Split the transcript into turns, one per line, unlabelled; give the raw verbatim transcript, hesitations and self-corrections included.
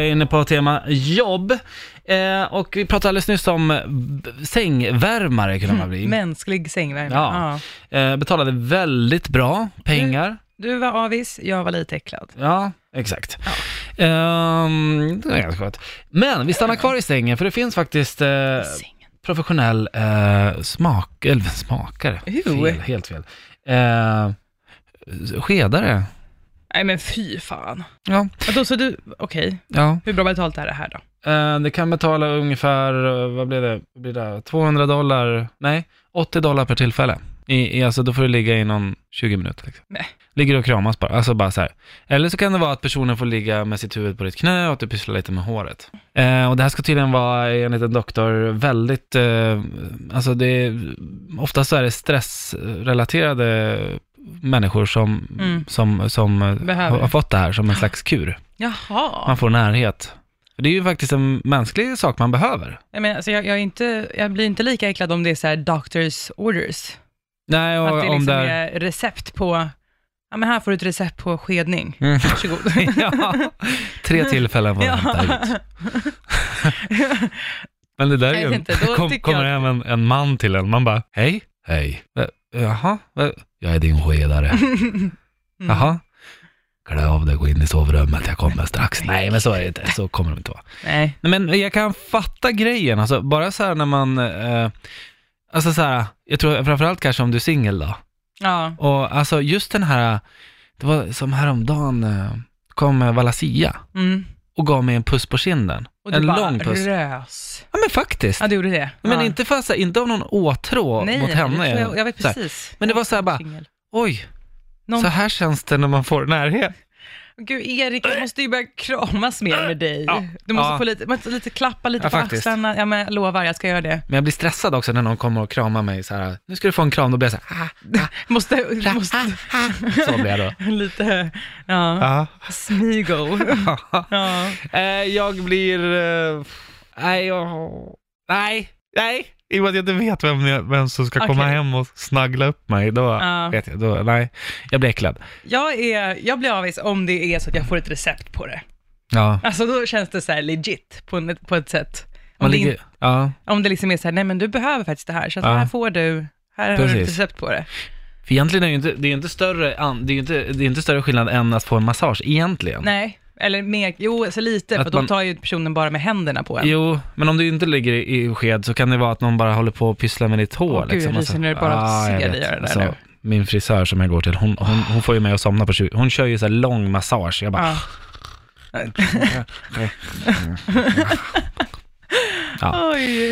är inne på tema jobb. Eh, och vi pratade alldeles nyss om sängvärmare kunde man bli.
Mm, mänsklig sängvärmare.
Ja.
Ja.
Eh, betalade väldigt bra pengar.
Du, du var avis, jag var lite äcklad.
Ja, exakt.
Ja.
Ehm, det är ganska skönt. Men vi stannar kvar i sängen för det finns faktiskt eh, professionell eh, smak, eller smakare. Fel, helt fel. Eh, skedare.
Nej men fy fan.
Ja.
Och då, så du, okej. Okay.
Ja.
Hur bra betalt är det här då?
Uh, det kan betala ungefär, uh, vad blir det? Vad blir det? tvåhundra dollar, nej, åttio dollar per tillfälle. I, i, alltså då får du ligga i någon tjugo minuter. Liksom.
Nej.
Ligger och kramas bara, alltså bara så här. Eller så kan det vara att personen får ligga med sitt huvud på ditt knä och att du pysslar lite med håret. Uh, och det här ska tydligen vara, enligt en doktor, väldigt, uh, alltså det är, oftast så är det stressrelaterade människor som, mm. som, som har fått det här som en slags kur.
Jaha.
Man får närhet. Det är ju faktiskt en mänsklig sak man behöver.
Jag, menar, alltså jag, jag, är inte, jag blir inte lika äcklad om det är så här doctors orders.
Nej, och
att det liksom
om det
är recept på, ja men här får du ett recept på skedning.
Mm.
Varsågod.
Ja, tre tillfällen får jag hämta ut. Men det där är ju,
inte,
kom, kommer
jag...
hem en, en man till en, man bara, hej, hej, jaha, jag är din skedare. Mm. Jaha. Klä av dig, gå in i sovrummet, jag kommer strax. Nej, men så är det inte, så kommer det inte vara.
Nej.
Men jag kan fatta grejen, alltså bara så här när man, eh, alltså så här, jag tror framförallt kanske om du är singel då.
Ja.
Och alltså just den här, det var som häromdagen eh, kom Valasia mm. och gav mig en puss på kinden.
Och du
en
bara
lång puss.
Rös.
Ja men faktiskt.
Ja, du gjorde det.
Men
ja.
inte fast, inte av någon åtrå
Nej,
mot henne.
Jag, jag vet precis.
Men det var så här bara,
singel.
Oj.
Någon...
Så här känns det när man får närhet.
Gud, Erik, jag måste ju börja kramas mer med dig.
Ja,
du måste
ja.
få lite, måste lite klappa lite
ja,
på
faktiskt.
axlarna. Ja, men jag lovar, jag ska göra det.
Men jag blir stressad också när någon kommer och kramar mig så här. Nu ska du få en kram, då blir jag så här. Ah, ah,
måste, måste...
Så blir jag då.
Lite, ja,
ja.
smygo. Ja.
Eh, jag blir... Eh, nej, jag... Nej, nej. I och med att jag inte vet vem, jag, vem som ska komma okay. hem och snaggla upp mig. Då ja. vet jag, då, nej, jag blir äcklad.
Jag, är, jag blir avis om det är så att jag får ett recept på det.
Ja.
Alltså då känns det så här legit på, en, på ett sätt. Om,
Man
det,
ligger,
in,
ja.
om det liksom är så här, nej men du behöver faktiskt det här. Så att
ja.
här får du, här
Precis.
har du ett recept på det.
För egentligen är det ju inte, det är inte större, det är ju inte, det är inte större skillnad än att få en massage egentligen.
Nej. Eller mer, jo, så lite, att för man, då tar ju personen bara med händerna på en.
Jo, men om du inte ligger i, i sked så kan det vara att någon bara håller på och pysslar med ditt hår.
Åh gud,
liksom.
jag ryser när du bara
ah,
ser dig göra det där
alltså,
nu.
Min frisör som jag går till, hon, hon, hon får ju mig att somna på tjugo. Hon kör ju så här lång massage. Jag bara...
Ah.
ja.
Oj.